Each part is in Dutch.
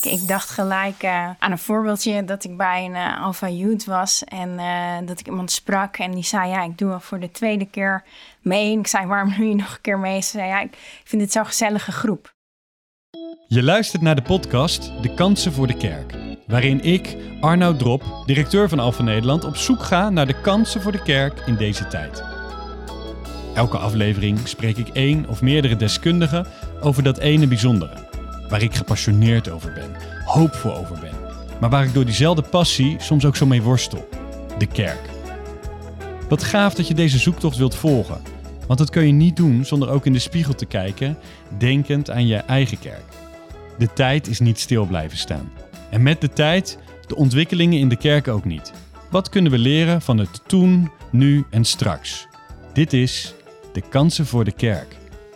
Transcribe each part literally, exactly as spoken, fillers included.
Ik dacht gelijk uh, aan een voorbeeldje dat ik bij een uh, Alpha Youth was en uh, dat ik iemand sprak en die zei, ja, ik doe al voor de tweede keer mee. En ik zei, waarom doe je nog een keer mee? Ze zei, ja, ik vind het zo'n gezellige groep. Je luistert naar de podcast De Kansen voor de Kerk, waarin ik, Arnoud Drop, directeur van Alpha Nederland, op zoek ga naar de kansen voor de kerk in deze tijd. Elke aflevering spreek ik één of meerdere deskundigen over dat ene bijzondere, waar ik gepassioneerd over ben, hoopvol over ben, maar waar ik door diezelfde passie soms ook zo mee worstel: de kerk. Wat gaaf dat je deze zoektocht wilt volgen, want dat kun je niet doen zonder ook in de spiegel te kijken, denkend aan je eigen kerk. De tijd is niet stil blijven staan. En met de tijd de ontwikkelingen in de kerk ook niet. Wat kunnen we leren van het toen, nu en straks? Dit is De Kansen voor de Kerk.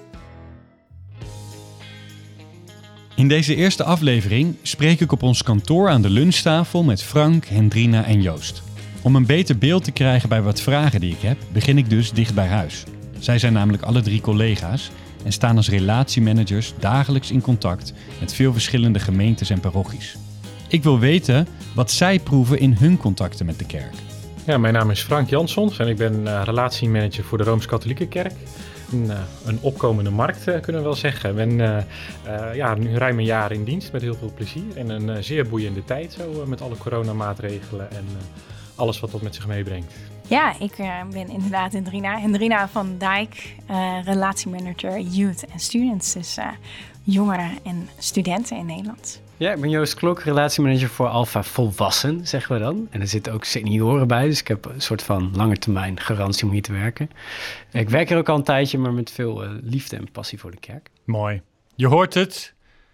In deze eerste aflevering spreek ik op ons kantoor aan de lunchtafel met Frank, Hendrina en Joost. Om een beter beeld te krijgen bij wat vragen die ik heb, begin ik dus dicht bij huis. Zij zijn namelijk alle drie collega's en staan als relatiemanagers dagelijks in contact met veel verschillende gemeentes en parochies. Ik wil weten wat zij proeven in hun contacten met de kerk. Ja, mijn naam is Frank Jansons en ik ben uh, relatiemanager voor de Rooms-Katholieke Kerk. Een, uh, een opkomende markt, uh, kunnen we wel zeggen. Ik ben uh, uh, ja, nu ruim een jaar in dienst met heel veel plezier en een uh, zeer boeiende tijd zo uh, met alle coronamaatregelen en uh, alles wat dat met zich meebrengt. Ja, ik uh, ben inderdaad Hendrina. Hendrina van Dijk, uh, relatiemanager Youth en Students. Dus uh, jongeren en studenten in Nederland. Ja, ik ben Joost Klok, relatiemanager voor Alpha Volwassen, zeggen we dan. En er zitten ook senioren bij, dus ik heb een soort van langetermijn garantie om hier te werken. Ik werk er ook al een tijdje, maar met veel uh, liefde en passie voor de kerk. Mooi. Je hoort het.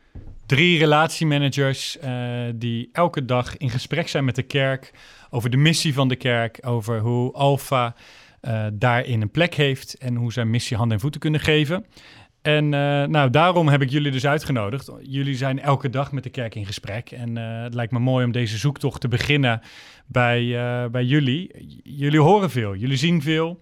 Drie relatiemanagers uh, die elke dag in gesprek zijn met de kerk over de missie van de kerk, over hoe Alpha uh, daarin een plek heeft en hoe zijn missie hand en voeten kunnen geven. En uh, nou, daarom heb ik jullie dus uitgenodigd. Jullie zijn elke dag met de kerk in gesprek. En uh, het lijkt me mooi om deze zoektocht te beginnen bij, uh, bij jullie. Jullie horen veel, jullie zien veel.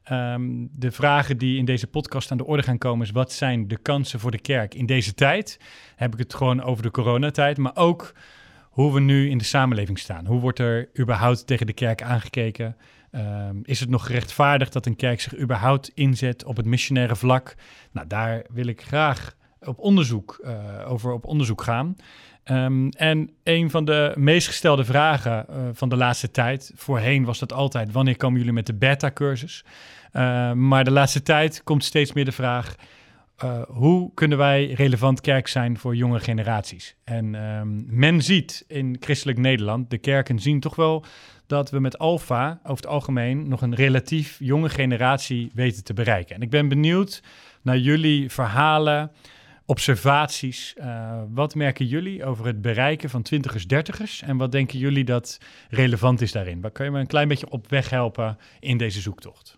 Um, de vragen die in deze podcast aan de orde gaan komen is: wat zijn de kansen voor de kerk in deze tijd? Heb ik het gewoon over de coronatijd, maar ook hoe we nu in de samenleving staan. Hoe wordt er überhaupt tegen de kerk aangekeken? Um, is het nog gerechtvaardigd dat een kerk zich überhaupt inzet op het missionaire vlak? Nou, daar wil ik graag op onderzoek, uh, over op onderzoek gaan. Um, en een van de meest gestelde vragen uh, van de laatste tijd, voorheen was dat altijd: wanneer komen jullie met de beta-cursus? Uh, maar de laatste tijd komt steeds meer de vraag: Uh, hoe kunnen wij relevant kerk zijn voor jonge generaties? En um, men ziet in christelijk Nederland, de kerken zien toch wel dat we met Alpha over het algemeen nog een relatief jonge generatie weten te bereiken. En ik ben benieuwd naar jullie verhalen, observaties. Uh, wat merken jullie over het bereiken van twintigers, dertigers? En wat denken jullie dat relevant is daarin? Waar kun je me een klein beetje op weg helpen in deze zoektocht?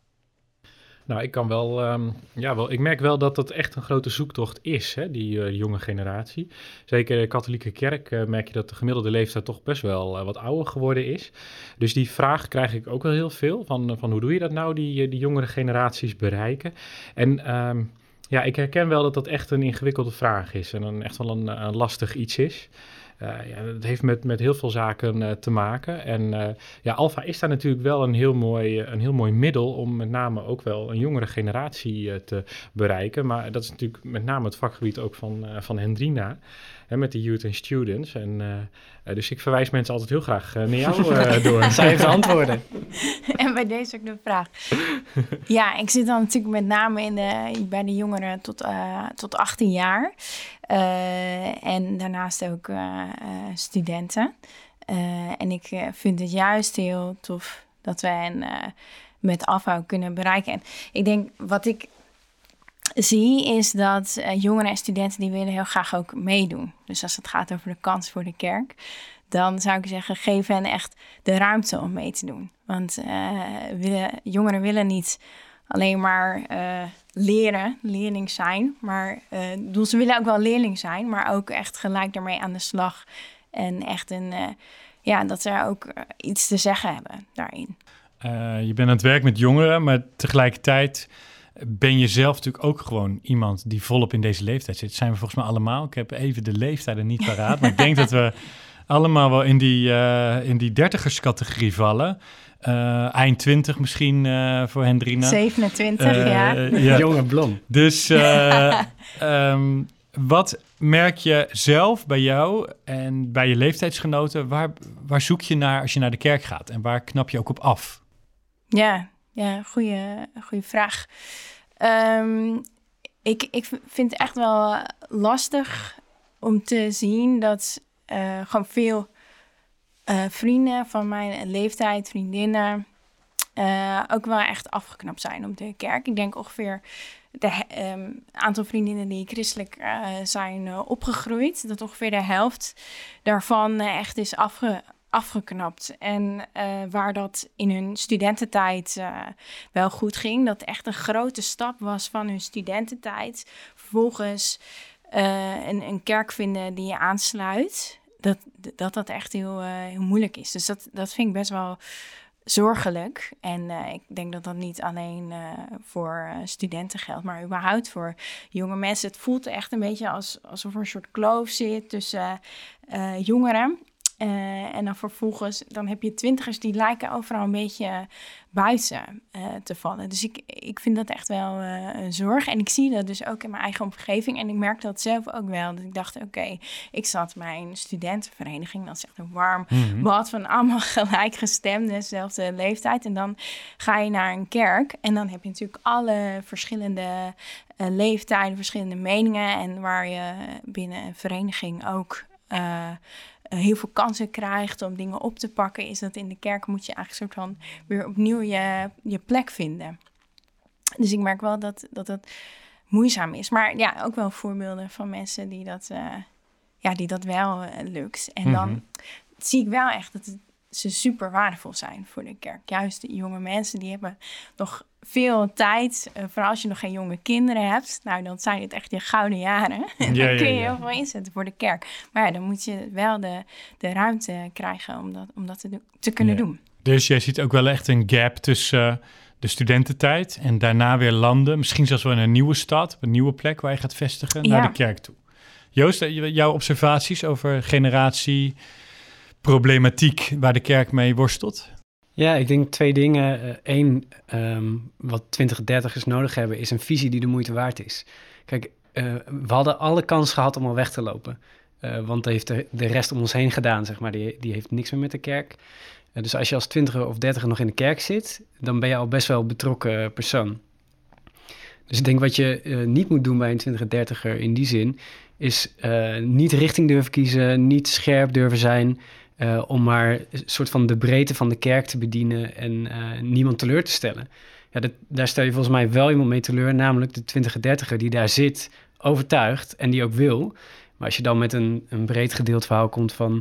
Nou, ik kan wel, um, ja, wel, ik merk wel dat dat echt een grote zoektocht is, hè, die uh, jonge generatie. Zeker in de katholieke kerk uh, merk je dat de gemiddelde leeftijd toch best wel uh, wat ouder geworden is. Dus die vraag krijg ik ook wel heel veel, van, van hoe doe je dat nou, die, die jongere generaties bereiken? En um, ja, ik herken wel dat dat echt een ingewikkelde vraag is en een, echt wel een, een lastig iets is. Uh, ja, dat heeft met, met heel veel zaken uh, te maken. En uh, ja, Alpha is daar natuurlijk wel een heel, mooi, een heel mooi middel om met name ook wel een jongere generatie uh, te bereiken. Maar dat is natuurlijk met name het vakgebied ook van, uh, van Hendrina, hè, met de Youth en Students. En, uh, uh, dus ik verwijs mensen altijd heel graag uh, naar jou uh, door. Zij heeft antwoorden. En bij deze ook de vraag. Ja, ik zit dan natuurlijk met name in de, bij de jongeren tot, uh, tot achttien jaar. Uh, en daarnaast ook uh, uh, studenten. Uh, en ik uh, vind het juist heel tof dat we hen uh, met Alpha kunnen bereiken. En ik denk, wat ik zie is dat uh, jongeren en studenten die willen heel graag ook meedoen. Dus als het gaat over de kans voor de kerk, dan zou ik zeggen, geef hen echt de ruimte om mee te doen. Want uh, willen, jongeren willen niet alleen maar uh, leren, leerling zijn. Maar uh, ze willen ook wel leerling zijn, maar ook echt gelijk daarmee aan de slag. En echt een, uh, ja, dat ze ook uh, iets te zeggen hebben daarin. Uh, je bent aan het werk met jongeren, maar tegelijkertijd ben je zelf natuurlijk ook gewoon iemand die volop in deze leeftijd zit. Zijn we volgens mij allemaal. Ik heb even de leeftijden niet paraat, maar ik denk dat we allemaal wel in die, uh, in die dertigerscategorie vallen. Uh, eind twintig misschien uh, voor Hendrina. zevenentwintig, uh, ja. ja. Jonge blom. Dus uh, um, wat merk je zelf bij jou en bij je leeftijdsgenoten? Waar, waar zoek je naar als je naar de kerk gaat? En waar knap je ook op af? Ja, ja, goede, goede vraag. Um, ik, ik vind het echt wel lastig om te zien dat uh, gewoon veel uh, vrienden van mijn leeftijd, vriendinnen, uh, ook wel echt afgeknapt zijn op de kerk. Ik denk ongeveer het um, aantal vriendinnen die christelijk uh, zijn uh, opgegroeid, dat ongeveer de helft daarvan uh, echt is afge, afgeknapt. En uh, waar dat in hun studententijd uh, wel goed ging, dat echt een grote stap was van hun studententijd. Vervolgens uh, een, een kerk vinden die je aansluit, dat dat, dat echt heel, uh, heel moeilijk is. Dus dat, dat vind ik best wel zorgelijk. En uh, ik denk dat dat niet alleen uh, voor uh, studenten geldt, maar überhaupt voor jonge mensen. Het voelt echt een beetje als, alsof er een soort kloof zit tussen uh, jongeren. Uh, en dan vervolgens, dan heb je twintigers die lijken overal een beetje buiten uh, te vallen. Dus ik, ik vind dat echt wel uh, een zorg. En ik zie dat dus ook in mijn eigen omgeving. En ik merk dat zelf ook wel. Dat ik dacht, oké, okay, ik zat mijn studentenvereniging. Dat is echt een warm mm-hmm. bad van allemaal gelijkgestemden, dezelfde leeftijd. En dan ga je naar een kerk. En dan heb je natuurlijk alle verschillende uh, leeftijden, verschillende meningen. En waar je binnen een vereniging ook Uh, heel veel kansen krijgt om dingen op te pakken, is dat in de kerk moet je eigenlijk soort van weer opnieuw je, je plek vinden. Dus ik merk wel dat, dat dat moeizaam is. Maar ja, ook wel voorbeelden van mensen die dat, uh, ja, die dat wel uh, lukt. En dan mm-hmm. zie ik wel echt dat het, ze super waardevol zijn voor de kerk. Juist de jonge mensen, die hebben nog veel tijd. Uh, vooral als je nog geen jonge kinderen hebt. Nou, dan zijn het echt je gouden jaren. En ja, dan kun je ja, ja. heel veel inzetten voor de kerk. Maar ja, dan moet je wel de, de ruimte krijgen om dat, om dat te, do- te kunnen ja. doen. Dus jij ziet ook wel echt een gap tussen uh, de studententijd en daarna weer landen. Misschien zelfs wel in een nieuwe stad, op een nieuwe plek waar je gaat vestigen, ja. naar de kerk toe. Joost, jouw observaties over generatie, problematiek waar de kerk mee worstelt? Ja, ik denk twee dingen. Eén, uh, um, wat twintig dertigers nodig hebben, is een visie die de moeite waard is. Kijk, uh, we hadden alle kans gehad om al weg te lopen. Uh, want dat heeft de, de rest om ons heen gedaan, zeg maar. Die, die heeft niks meer met de kerk. Uh, dus als je als twintiger of dertiger nog in de kerk zit, dan ben je al best wel een betrokken persoon. Dus ik denk wat je uh, niet moet doen bij een twintiger, dertiger in die zin, is uh, niet richting durven kiezen, niet scherp durven zijn, Uh, om maar een soort van de breedte van de kerk te bedienen en uh, niemand teleur te stellen. Ja, dat, daar stel je volgens mij wel iemand mee teleur, namelijk de twintiger, dertiger die daar zit, overtuigd en die ook wil. Maar als je dan met een, een breed gedeeld verhaal komt van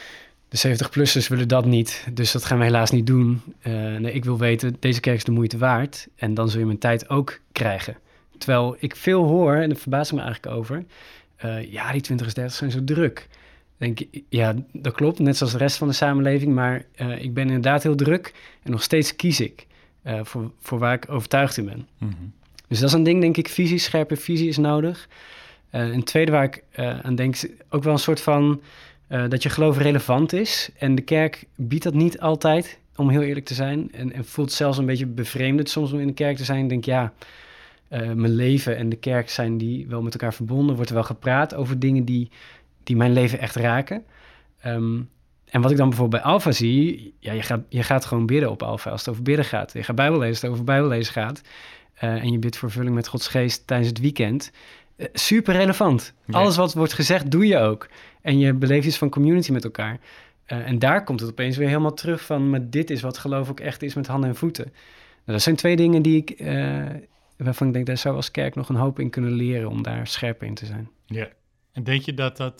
de zeventig-plussers willen dat niet, dus dat gaan we helaas niet doen. Uh, nee, ik wil weten, deze kerk is de moeite waard en dan zul je mijn tijd ook krijgen. Terwijl ik veel hoor, en daar verbaas ik me eigenlijk over, uh, ja, die twintigers, dertigers zijn zo druk. Denk ik, ja, dat klopt, net zoals de rest van de samenleving, maar uh, ik ben inderdaad heel druk en nog steeds kies ik uh, voor, voor waar ik overtuigd in ben. Mm-hmm. Dus dat is een ding, denk ik, visie, scherpe visie is nodig. Uh, een tweede waar ik uh, aan denk, is ook wel een soort van uh, dat je geloof relevant is. En de kerk biedt dat niet altijd, om heel eerlijk te zijn. En, en voelt zelfs een beetje bevreemdend soms om in de kerk te zijn. Ik denk, ja, uh, mijn leven en de kerk zijn die wel met elkaar verbonden. Wordt er wel gepraat over dingen die... die mijn leven echt raken. Um, en wat ik dan bijvoorbeeld bij Alpha zie, ja, je gaat, je gaat gewoon bidden op Alpha als het over bidden gaat. Je gaat Bijbel lezen als het over Bijbellezen gaat. Uh, en je bidt voor vulling met Gods geest tijdens het weekend. Uh, super relevant. Ja. Alles wat wordt gezegd, doe je ook. En je beleeft iets van community met elkaar. Uh, en daar komt het opeens weer helemaal terug van, maar dit is wat geloof ook echt is met handen en voeten. Nou, dat zijn twee dingen die ik, uh, waarvan ik denk, daar zou als kerk nog een hoop in kunnen leren om daar scherper in te zijn. Ja. En denk je dat dat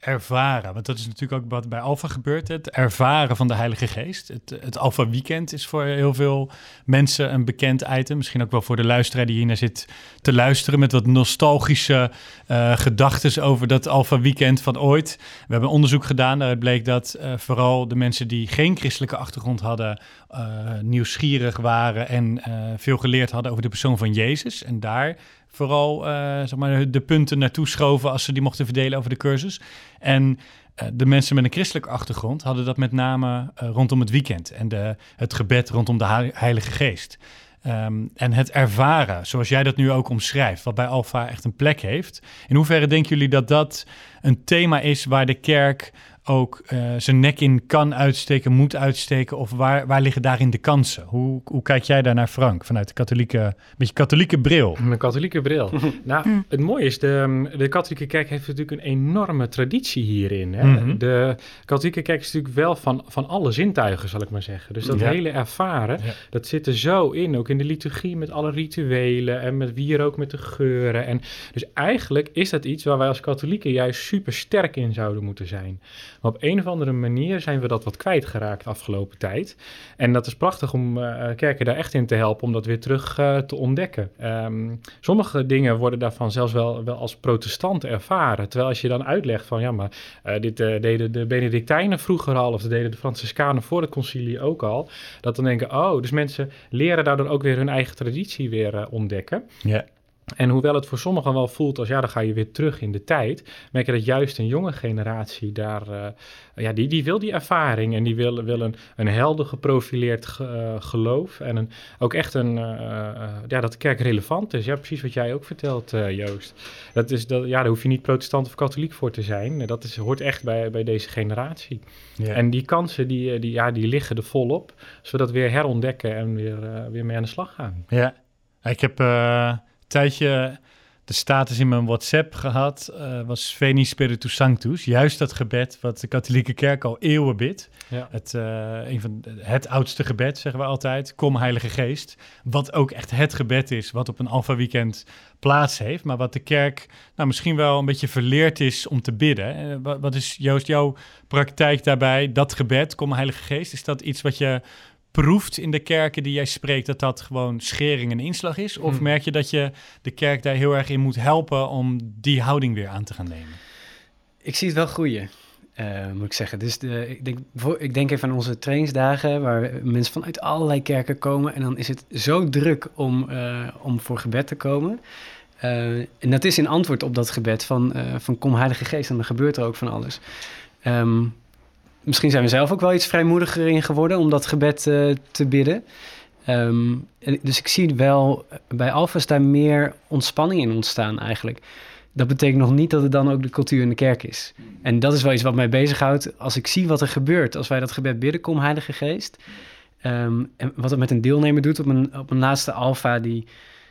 ervaren. Want dat is natuurlijk ook wat bij Alpha gebeurt. Het ervaren van de Heilige Geest. Het, het Alpha Weekend is voor heel veel mensen een bekend item. Misschien ook wel voor de luisteraar die hiernaar zit te luisteren met wat nostalgische uh, gedachten over dat Alpha Weekend van ooit. We hebben onderzoek gedaan. Daaruit bleek dat uh, vooral de mensen die geen christelijke achtergrond hadden, uh, nieuwsgierig waren en uh, veel geleerd hadden over de persoon van Jezus. En daar vooral uh, zeg maar, de punten naartoe schoven als ze die mochten verdelen over de cursus. En uh, de mensen met een christelijke achtergrond hadden dat met name uh, rondom het weekend en de, het gebed rondom de Heilige Geest. Um, en het ervaren, zoals jij dat nu ook omschrijft, wat bij Alpha echt een plek heeft. In hoeverre denken jullie dat dat een thema is waar de kerk ook uh, zijn nek in kan uitsteken, moet uitsteken? Of waar, waar liggen daarin de kansen? Hoe, hoe kijk jij daar naar, Frank, vanuit de katholieke, met je katholieke bril? Mijn katholieke bril. Nou, het mooie is, de, de katholieke kerk heeft natuurlijk een enorme traditie hierin. Hè? Mm-hmm. De katholieke kerk is natuurlijk wel van, van alle zintuigen, zal ik maar zeggen. Dus dat ja. hele ervaren, ja. dat zit er zo in. Ook in de liturgie met alle rituelen en met wierook met de geuren. En dus eigenlijk is dat iets waar wij als katholieken juist super sterk in zouden moeten zijn. Maar op een of andere manier zijn we dat wat kwijtgeraakt de afgelopen tijd. En dat is prachtig om uh, kerken daar echt in te helpen om dat weer terug uh, te ontdekken. Um, sommige dingen worden daarvan zelfs wel, wel als protestant ervaren. Terwijl als je dan uitlegt van ja, maar uh, dit uh, deden de Benedictijnen vroeger al, of dat deden de Franciscanen voor het concilie ook al. Dat dan denken, oh, dus mensen leren daardoor ook weer hun eigen traditie weer uh, ontdekken. Ja. Yeah. En hoewel het voor sommigen wel voelt als ja, dan ga je weer terug in de tijd, merk je dat juist een jonge generatie daar, uh, ja, die, die wil die ervaring en die wil, wil een, een helder geprofileerd ge, uh, geloof en een, ook echt een, uh, uh, ja, dat de kerk relevant is. Ja, precies wat jij ook vertelt, uh, Joost. Dat is, dat, ja, daar hoef je niet protestant of katholiek voor te zijn. Dat is, hoort echt bij, bij deze generatie. Ja. En die kansen, die, die, ja, die liggen er volop, als we dat weer herontdekken en weer, uh, weer mee aan de slag gaan. Ja, ik heb Uh... tijdje de status in mijn WhatsApp gehad, uh, was Veni Spiritus Sanctus. Juist dat gebed wat de katholieke kerk al eeuwen bidt. Ja. Het, uh, een van de, het oudste gebed, zeggen we altijd. Kom Heilige Geest. Wat ook echt het gebed is wat op een Alpha Weekend plaats heeft. Maar wat de kerk nou, misschien wel een beetje verleerd is om te bidden. Uh, wat, wat is, Joost, jouw praktijk daarbij? Dat gebed, Kom Heilige Geest. Is dat iets wat je proeft in de kerken die jij spreekt, dat dat gewoon schering en inslag is? Of hmm. merk je dat je de kerk daar heel erg in moet helpen om die houding weer aan te gaan nemen? Ik zie het wel groeien, uh, moet ik zeggen. Dus de, ik, denk, ik denk even aan onze trainingsdagen, waar mensen vanuit allerlei kerken komen. En dan is het zo druk om, uh, om voor gebed te komen. Uh, en dat is in antwoord op dat gebed van, uh, van Kom Heilige Geest. En dan gebeurt er ook van alles. Um, Misschien zijn we zelf ook wel iets vrijmoediger in geworden om dat gebed uh, te bidden. Um, dus ik zie wel bij Alpha's daar meer ontspanning in ontstaan eigenlijk. Dat betekent nog niet dat het dan ook de cultuur in de kerk is. En dat is wel iets wat mij bezighoudt. Als ik zie wat er gebeurt als wij dat gebed bidden, Kom Heilige Geest. Um, en wat het met een deelnemer doet op een, op een laatste Alpha die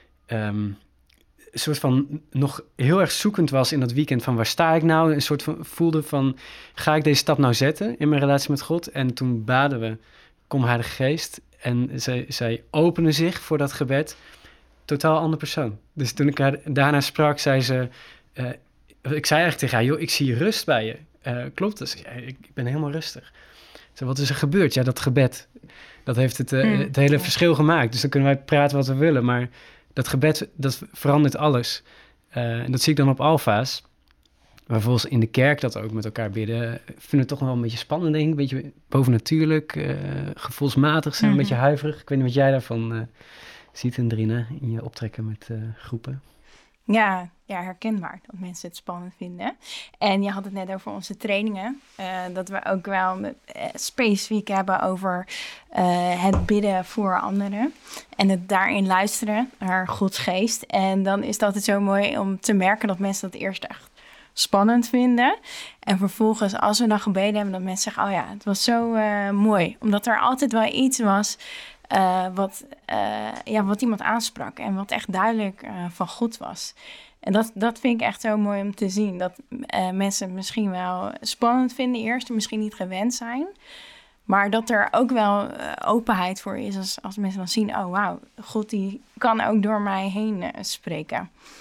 Um, een soort van nog heel erg zoekend was in dat weekend van waar sta ik nou? Een soort van voelde van, ga ik deze stap nou zetten in mijn relatie met God? En toen baden we, Kom Heilige Geest. En zij, zij opende zich voor dat gebed. Totaal andere persoon. Dus toen ik haar daarna sprak, zei ze, uh, ik zei eigenlijk tegen haar, joh, ik zie rust bij je. Uh, klopt dat? Ja, ik, ik ben helemaal rustig. Zei, wat is er gebeurd? Ja, dat gebed. Dat heeft het, uh, het hele verschil gemaakt. Dus dan kunnen wij praten wat we willen, maar dat gebed, dat verandert alles. Uh, en dat zie ik dan op Alpha's. Maar volgens in de kerk dat ook met elkaar bidden, vind het toch nog wel een beetje spannend, denk ik. Een beetje bovennatuurlijk, uh, gevoelsmatig zijn, mm-hmm. een beetje huiverig. Ik weet niet wat jij daarvan uh, ziet, Indrina, in je optrekken met uh, groepen. Ja, ja, herkenbaar dat mensen het spannend vinden. En je had het net over onze trainingen. Uh, dat we ook wel uh, specifiek hebben over uh, het bidden voor anderen. En het daarin luisteren naar Gods geest. En dan is dat altijd zo mooi om te merken dat mensen dat eerst echt spannend vinden. En vervolgens, als we dan gebeden hebben, dat mensen zeggen, oh ja, het was zo uh, mooi. Omdat er altijd wel iets was Uh, wat, uh, ja, wat iemand aansprak en wat echt duidelijk uh, van God was. En dat, dat vind ik echt zo mooi om te zien. Dat uh, mensen het misschien wel spannend vinden eerst en misschien niet gewend zijn. Maar dat er ook wel uh, openheid voor is als, als mensen dan zien, oh wauw, God die kan ook door mij heen uh, spreken.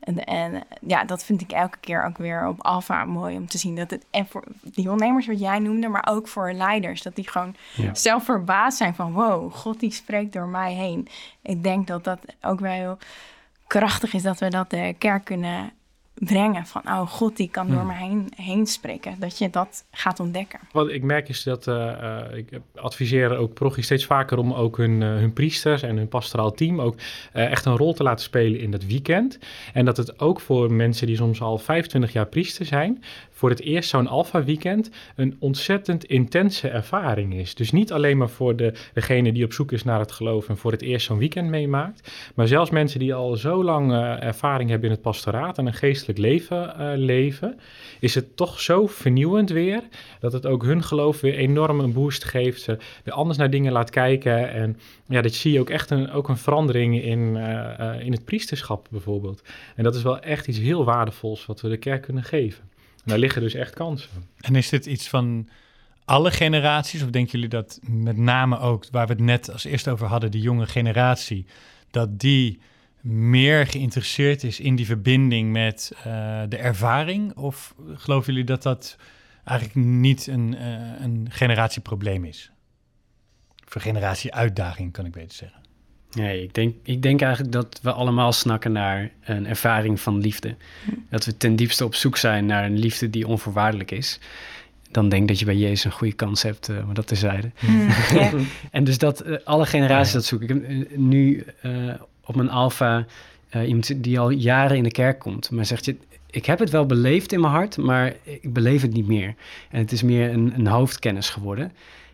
En, en ja, dat vind ik elke keer ook weer op Alpha mooi om te zien. Dat het en voor deelnemers wat jij noemde, maar ook voor leiders. Dat die gewoon ja. zelf verbaasd zijn van wow, God die spreekt door mij heen. Ik denk dat dat ook wel heel krachtig is dat we dat de kerk kunnen brengen. Van oh, God die kan door hmm. me heen, heen spreken. Dat je dat gaat ontdekken. Wat ik merk is dat uh, uh, ik adviseer ook parochie steeds vaker om ook hun, uh, hun priesters en hun pastoraal team ook uh, echt een rol te laten spelen in dat weekend. En dat het ook voor mensen die soms al vijfentwintig jaar priester zijn, voor het eerst zo'n Alpha weekend een ontzettend intense ervaring is. Dus niet alleen maar voor de, degene die op zoek is naar het geloof en voor het eerst zo'n weekend meemaakt, maar zelfs mensen die al zo lang uh, ervaring hebben in het pastoraat en een geestelijk leven uh, leven, is het toch zo vernieuwend weer, dat het ook hun geloof weer enorm een boost geeft, ze weer anders naar dingen laat kijken en ja, dat zie je ook echt een, ook een verandering in, uh, uh, in het priesterschap bijvoorbeeld. En dat is wel echt iets heel waardevols wat we de kerk kunnen geven. En daar liggen dus echt kansen. En is dit iets van alle generaties? Of denken jullie dat met name ook, waar we het net als eerste over hadden, die jonge generatie, dat die meer geïnteresseerd is in die verbinding met uh, de ervaring? Of geloven jullie dat dat eigenlijk niet een, uh, een generatieprobleem is? Of een generatieuitdaging, kan ik beter zeggen. Nee, ik denk, ik denk eigenlijk dat we allemaal snakken naar een ervaring van liefde. Dat we ten diepste op zoek zijn naar een liefde die onvoorwaardelijk is. Dan denk ik dat je bij Jezus een goede kans hebt, uh, maar dat terzijde. Mm, yeah. En dus dat uh, alle generaties dat zoeken. Ik heb uh, nu uh, op mijn Alpha uh, iemand die al jaren in de kerk komt, maar zegt je, ik heb het wel beleefd in mijn hart, maar ik beleef het niet meer. En het is meer een, een hoofdkennis geworden.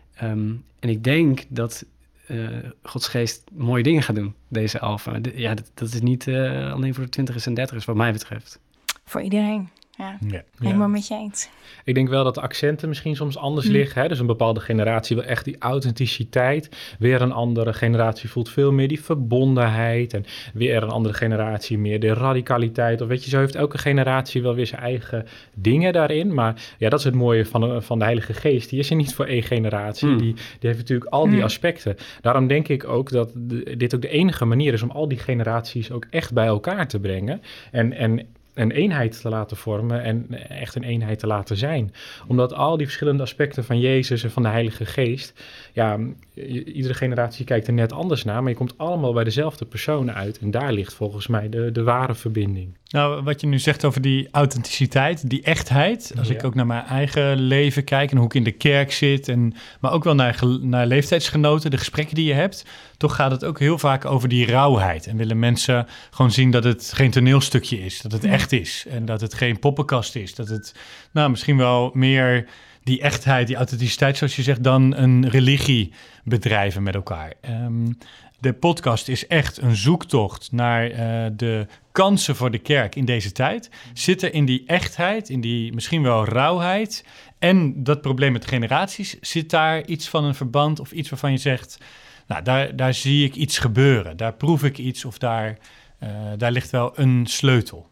Um, en ik denk dat Uh, Gods geest mooie dingen gaat doen, deze Alpha. De, ja, dat, dat is niet uh, alleen voor de twintigers en dertigers, wat mij betreft. Voor iedereen, ja. ja. Helemaal met je eens. Ik denk wel dat de accenten misschien soms anders mm. liggen. Hè? Dus een bepaalde generatie wil echt die authenticiteit. Weer een andere generatie voelt veel meer die verbondenheid. En weer een andere generatie meer de radicaliteit. Of weet je, zo heeft elke generatie wel weer zijn eigen dingen daarin. Maar ja, dat is het mooie van de, van de Heilige Geest. Die is er niet voor één generatie. Mm. Die, die heeft natuurlijk al die mm. aspecten. Daarom denk ik ook dat de, dit ook de enige manier is om al die generaties ook echt bij elkaar te brengen. En... en een eenheid te laten vormen en echt een eenheid te laten zijn. Omdat al die verschillende aspecten van Jezus en van de Heilige Geest, ja, iedere generatie kijkt er net anders naar, maar je komt allemaal bij dezelfde personen uit. En daar ligt volgens mij de, de ware verbinding. Nou, wat je nu zegt over die authenticiteit, die echtheid, als ja. ik ook naar mijn eigen leven kijk en hoe ik in de kerk zit, en, maar ook wel naar, naar leeftijdsgenoten, de gesprekken die je hebt, toch gaat het ook heel vaak over die rauwheid. En willen mensen gewoon zien dat het geen toneelstukje is, dat het echt is en dat het geen poppenkast is. Dat het nou, misschien wel meer die echtheid, die authenticiteit, zoals je zegt, dan een religie bedrijven met elkaar. Um, de podcast is echt een zoektocht naar uh, de kansen voor de kerk in deze tijd. Zitten in die echtheid, in die misschien wel rauwheid en dat probleem met generaties, zit daar iets van een verband of iets waarvan je zegt, nou, daar, daar zie ik iets gebeuren, daar proef ik iets of daar, uh, daar ligt wel een sleutel.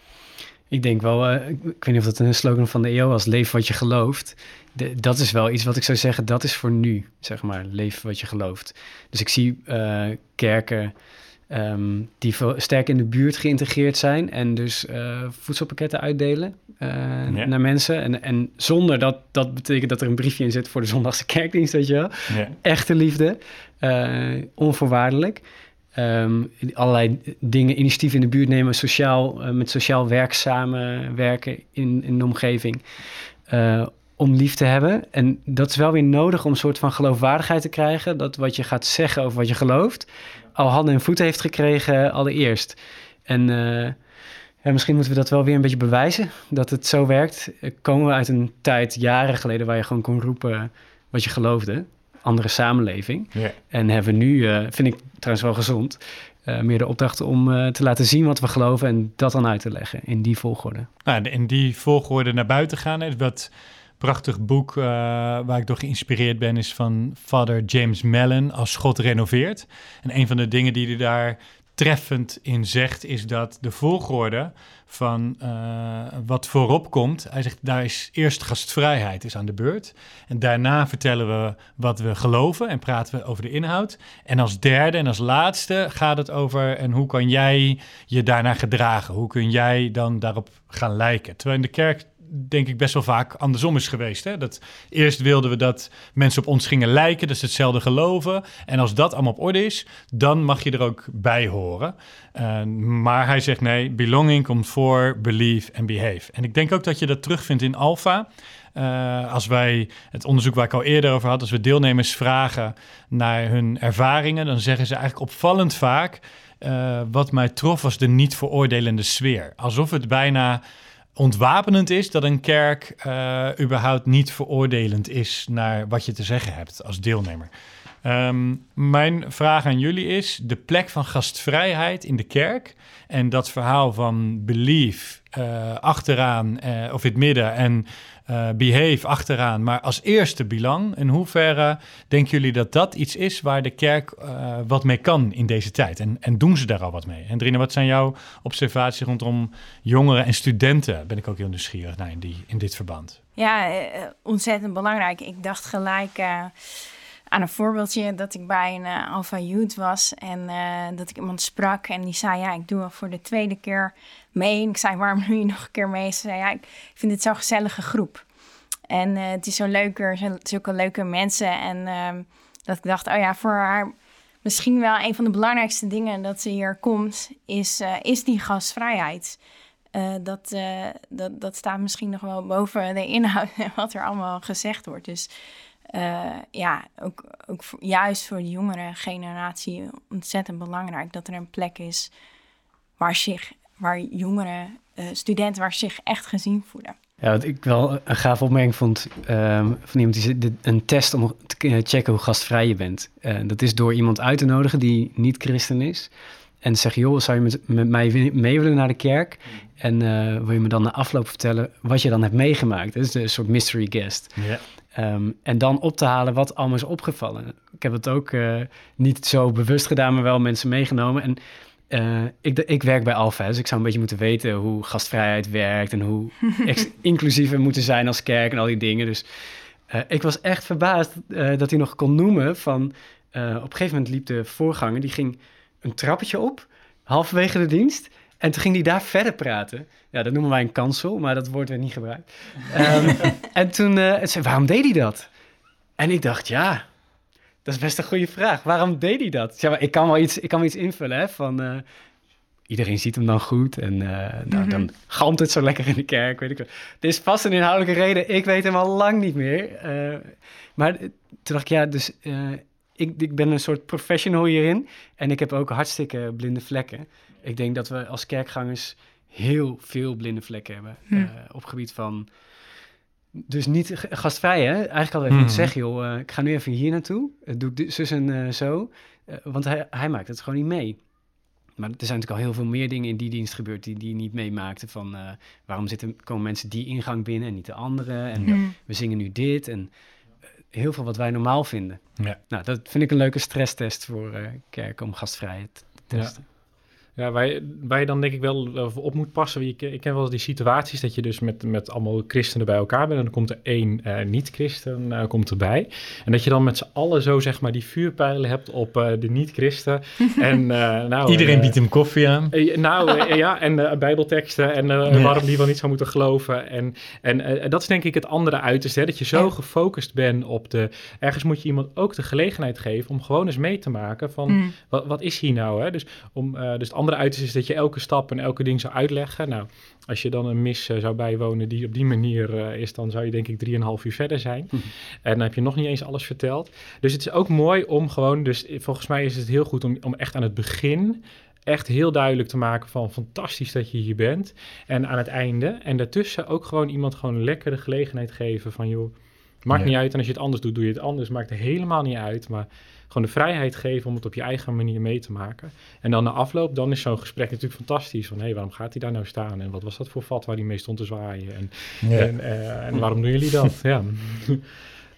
Ik denk wel, uh, ik weet niet of dat een slogan van de eeuw was, leef wat je gelooft. De, dat is wel iets wat ik zou zeggen, dat is voor nu, zeg maar, leef wat je gelooft. Dus ik zie uh, kerken um, die veel, sterk in de buurt geïntegreerd zijn en dus uh, voedselpakketten uitdelen uh, ja. naar mensen. En, en zonder dat, dat betekent dat er een briefje in zit voor de zondagse kerkdienst, weet je wel. Ja. Echte liefde, uh, onvoorwaardelijk. Um, allerlei dingen, initiatieven in de buurt nemen, sociaal, uh, met sociaal werk samenwerken in, in de omgeving, uh, om lief te hebben. En dat is wel weer nodig om een soort van geloofwaardigheid te krijgen, dat wat je gaat zeggen over wat je gelooft, al handen en voeten heeft gekregen allereerst. En uh, ja, misschien moeten we dat wel weer een beetje bewijzen, dat het zo werkt. Uh, komen we uit een tijd, jaren geleden, waar je gewoon kon roepen wat je geloofde. Andere samenleving. Yeah. En hebben we nu, uh, vind ik trouwens wel gezond, uh, meer de opdracht om uh, te laten zien wat we geloven en dat dan uit te leggen in die volgorde. Nou, in die volgorde naar buiten gaan. Hè, dat prachtig boek uh, waar ik door geïnspireerd ben is van Father James Mellon, Als God renoveert. En een van de dingen die hij daar treffend in zegt, is dat de volgorde van uh, wat voorop komt. Hij zegt, daar is eerst gastvrijheid is aan de beurt. En daarna vertellen we wat we geloven en praten we over de inhoud. En als derde en als laatste gaat het over, en hoe kan jij je daarna gedragen? Hoe kun jij dan daarop gaan lijken? Terwijl in de kerk denk ik best wel vaak andersom is geweest. Hè? Dat eerst wilden we dat mensen op ons gingen lijken, dus hetzelfde geloven. En als dat allemaal op orde is, dan mag je er ook bij horen. Uh, maar hij zegt nee, belonging komt voor believe and behave. En ik denk ook dat je dat terugvindt in Alpha. Uh, als wij, het onderzoek waar ik al eerder over had, als we deelnemers vragen naar hun ervaringen, dan zeggen ze eigenlijk opvallend vaak, uh, wat mij trof was de niet veroordelende sfeer. Alsof het bijna ontwapenend is dat een kerk uh, überhaupt niet veroordelend is naar wat je te zeggen hebt als deelnemer. Um, mijn vraag aan jullie is de plek van gastvrijheid in de kerk en dat verhaal van belief uh, achteraan uh, of in het midden en uh, behave achteraan, maar als eerste belang. In hoeverre denken jullie dat dat iets is waar de kerk uh, wat mee kan in deze tijd? En, en doen ze daar al wat mee? En Drina, wat zijn jouw observaties rondom jongeren en studenten? Ben ik ook heel nieuwsgierig naar in, die, in dit verband. Ja, uh, ontzettend belangrijk. Ik dacht gelijk Uh... aan een voorbeeldje dat ik bij een uh, Alpha Youth was en uh, dat ik iemand sprak en die zei, ja, ik doe al voor de tweede keer mee. En ik zei, waarom doe je nog een keer mee? Ze zei, ja, ik vind het zo'n gezellige groep. En uh, het is zo leuker, zo, zulke leuke mensen. En uh, dat ik dacht, oh ja, voor haar misschien wel een van de belangrijkste dingen dat ze hier komt, is, uh, is die gastvrijheid. Uh, dat, uh, dat, dat staat misschien nog wel boven de inhoud en wat er allemaal gezegd wordt. Dus Uh, ja, ook, ook voor, juist voor de jongere generatie ontzettend belangrijk dat er een plek is waar zich, waar jongeren, uh, studenten, waar ze zich echt gezien voelen. Ja, wat ik wel een gaaf opmerking vond um, van iemand die zegt, een test om te checken hoe gastvrij je bent. Uh, dat is door iemand uit te nodigen die niet christen is. En zeg, joh, zou je met, met mij mee willen naar de kerk? En uh, wil je me dan na afloop vertellen wat je dan hebt meegemaakt? Dat is een soort mystery guest. Ja. Um, en dan op te halen wat allemaal is opgevallen. Ik heb het ook uh, niet zo bewust gedaan, maar wel mensen meegenomen. En uh, ik, ik werk bij Alpha, dus ik zou een beetje moeten weten hoe gastvrijheid werkt en hoe ex- inclusief we moeten zijn als kerk en al die dingen. Dus uh, ik was echt verbaasd uh, dat hij nog kon noemen van Uh, op een gegeven moment liep de voorganger, die ging een trappetje op, halverwege de dienst. En toen ging hij daar verder praten. Ja, dat noemen wij een kansel, maar dat woord werd niet gebruikt. Um, en toen uh, zei waarom deed hij dat? En ik dacht, ja, dat is best een goede vraag. Waarom deed hij dat? Ja, maar ik kan wel iets, ik kan wel iets invullen, hè, van Uh, iedereen ziet hem dan goed en uh, nou, mm-hmm. dan galmt het zo lekker in de kerk, weet ik wel. Het is vast een inhoudelijke reden, ik weet hem al lang niet meer. Uh, maar toen dacht ik, ja, dus uh, ik, ik ben een soort professional hierin en ik heb ook hartstikke blinde vlekken. Ik denk dat we als kerkgangers heel veel blinde vlekken hebben hm. uh, op gebied van dus niet gastvrij, hè? Eigenlijk hadden we even moeten zeggen, joh, uh, ik ga nu even hier naartoe, uh, doe ik zus en uh, zo, uh, want hij, hij maakt het gewoon niet mee. Maar er zijn natuurlijk al heel veel meer dingen in die dienst gebeurd die die niet meemaakten. Van uh, waarom zitten, komen mensen die ingang binnen en niet de andere? En mm. we zingen nu dit en uh, heel veel wat wij normaal vinden. Ja. Nou, dat vind ik een leuke stresstest voor uh, kerken om gastvrijheid te testen. Ja. Ja, waar je, waar je dan denk ik wel op moet passen. Ik, ik ken wel eens die situaties dat je dus met, met allemaal christenen bij elkaar bent. En dan komt er één uh, niet-christen uh, komt erbij. En dat je dan met z'n allen zo zeg maar die vuurpijlen hebt op uh, de niet-christen. En, uh, nou, Iedereen uh, biedt hem koffie aan. Uh, nou uh, ja, en uh, bijbelteksten en uh, ja. waarom die wel niet zou moeten geloven. En, en uh, dat is denk ik het andere uiterste. Hè, dat je zo ja. gefocust bent op de... Ergens moet je iemand ook de gelegenheid geven om gewoon eens mee te maken van mm. wat, wat is hier nou? Hè? Dus, om, uh, dus het andere uiterste is dat je elke stap en elke ding zou uitleggen. Nou, als je dan een mis uh, zou bijwonen die op die manier uh, is, dan zou je denk ik drieënhalf uur verder zijn. Mm. En dan heb je nog niet eens alles verteld. Dus het is ook mooi om gewoon, dus volgens mij is het heel goed om, om echt aan het begin echt heel duidelijk te maken van fantastisch dat je hier bent. En aan het einde en daartussen ook gewoon iemand gewoon lekker de gelegenheid geven van joh, maakt ja. niet uit. En als je het anders doet, doe je het anders. Maakt er helemaal niet uit, maar gewoon de vrijheid geven om het op je eigen manier mee te maken. En dan na afloop, dan is zo'n gesprek natuurlijk fantastisch. Van, hé, hey, waarom gaat hij daar nou staan? En wat was dat voor vat waar hij mee stond te zwaaien? En, ja. en, uh, en waarom doen jullie dat? Ja. ja.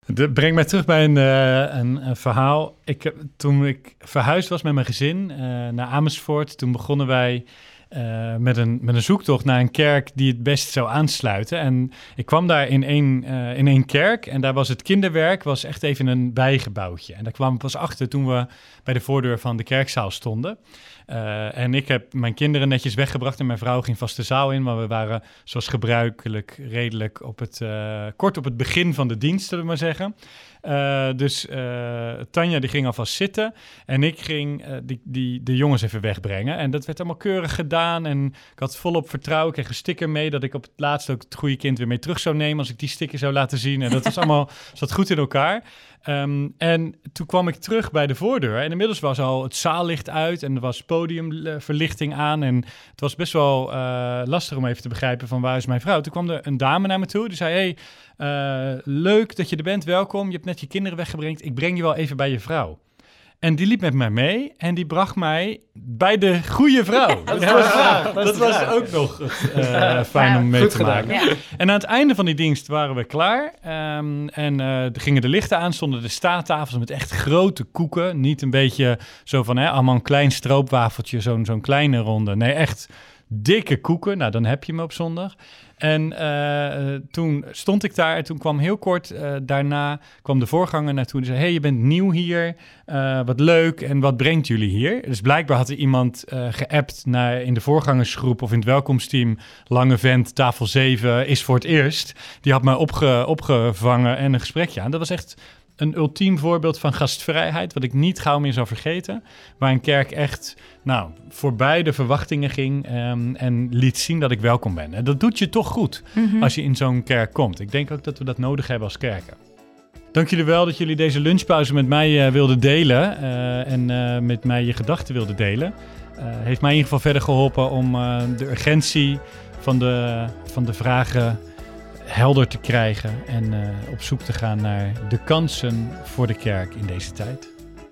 Dat brengt mij terug bij een, uh, een, een verhaal. Ik, toen ik verhuisd was met mijn gezin uh, naar Amersfoort, toen begonnen wij uh, met, een, met een zoektocht naar een kerk die het best zou aansluiten. En ik kwam daar in één, uh, in één kerk en daar was het kinderwerk was echt even een bijgebouwtje. En daar kwam ik pas achter toen we bij de voordeur van de kerkzaal stonden. Uh, en ik heb mijn kinderen netjes weggebracht en mijn vrouw ging vast de zaal in. Maar we waren zoals gebruikelijk redelijk op het, uh, kort op het begin van de dienst, zullen we maar zeggen. Uh, dus uh, Tanja die ging alvast zitten en ik ging uh, die, die, de jongens even wegbrengen. En dat werd allemaal keurig gedaan en ik had volop vertrouwen. Ik kreeg een sticker mee dat ik op het laatst ook het goede kind weer mee terug zou nemen als ik die sticker zou laten zien. En dat was allemaal, zat goed in elkaar. Um, en toen kwam ik terug bij de voordeur en inmiddels was al het zaallicht uit en er was podiumverlichting aan en het was best wel uh, lastig om even te begrijpen van waar is mijn vrouw. Toen kwam er een dame naar me toe die zei, hey, uh, leuk dat je er bent, welkom, je hebt net je kinderen weggebracht, ik breng je wel even bij je vrouw. En die liep met mij mee en die bracht mij bij de goede vrouw. Dat, ja, was, dat, dat was ook nog uh, fijn om mee Goed te gedaan. maken. Ja. En aan het einde van die dienst waren we klaar. Um, en uh, gingen de lichten aan, stonden de staattafels met echt grote koeken. Niet een beetje zo van, hè, allemaal een klein stroopwafeltje, zo'n, zo'n kleine ronde. Nee, echt dikke koeken. Nou, dan heb je me op zondag. En uh, toen stond ik daar en toen kwam heel kort uh, daarna kwam de voorganger naartoe en zei, hey, je bent nieuw hier, uh, wat leuk en wat brengt jullie hier? Dus blijkbaar had er iemand uh, geappt naar, in de voorgangersgroep of in het welkomsteam, lange vent, tafel zeven, is voor het eerst. Die had mij opge, opgevangen en een gesprekje aan. Dat was echt een ultiem voorbeeld van gastvrijheid, wat ik niet gauw meer zou vergeten. Waar een kerk echt, nou, voorbij de verwachtingen ging um, en liet zien dat ik welkom ben. En dat doet je toch goed mm-hmm. als je in zo'n kerk komt. Ik denk ook dat we dat nodig hebben als kerken. Dank jullie wel dat jullie deze lunchpauze met mij uh, wilden delen uh, en uh, met mij je gedachten wilden delen. Uh, heeft mij in ieder geval verder geholpen om uh, de urgentie van de, van de vragen helder te krijgen en uh, op zoek te gaan naar de kansen voor de kerk in deze tijd.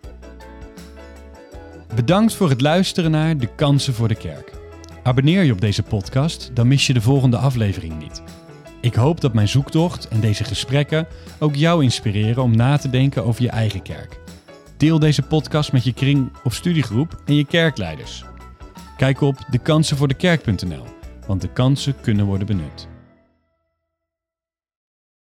Bedankt voor het luisteren naar De Kansen voor de Kerk. Abonneer je op deze podcast, dan mis je de volgende aflevering niet. Ik hoop dat mijn zoektocht en deze gesprekken ook jou inspireren om na te denken over je eigen kerk. Deel deze podcast met je kring of studiegroep en je kerkleiders. Kijk op de kansen voor de kerk punt n l, want de kansen kunnen worden benut.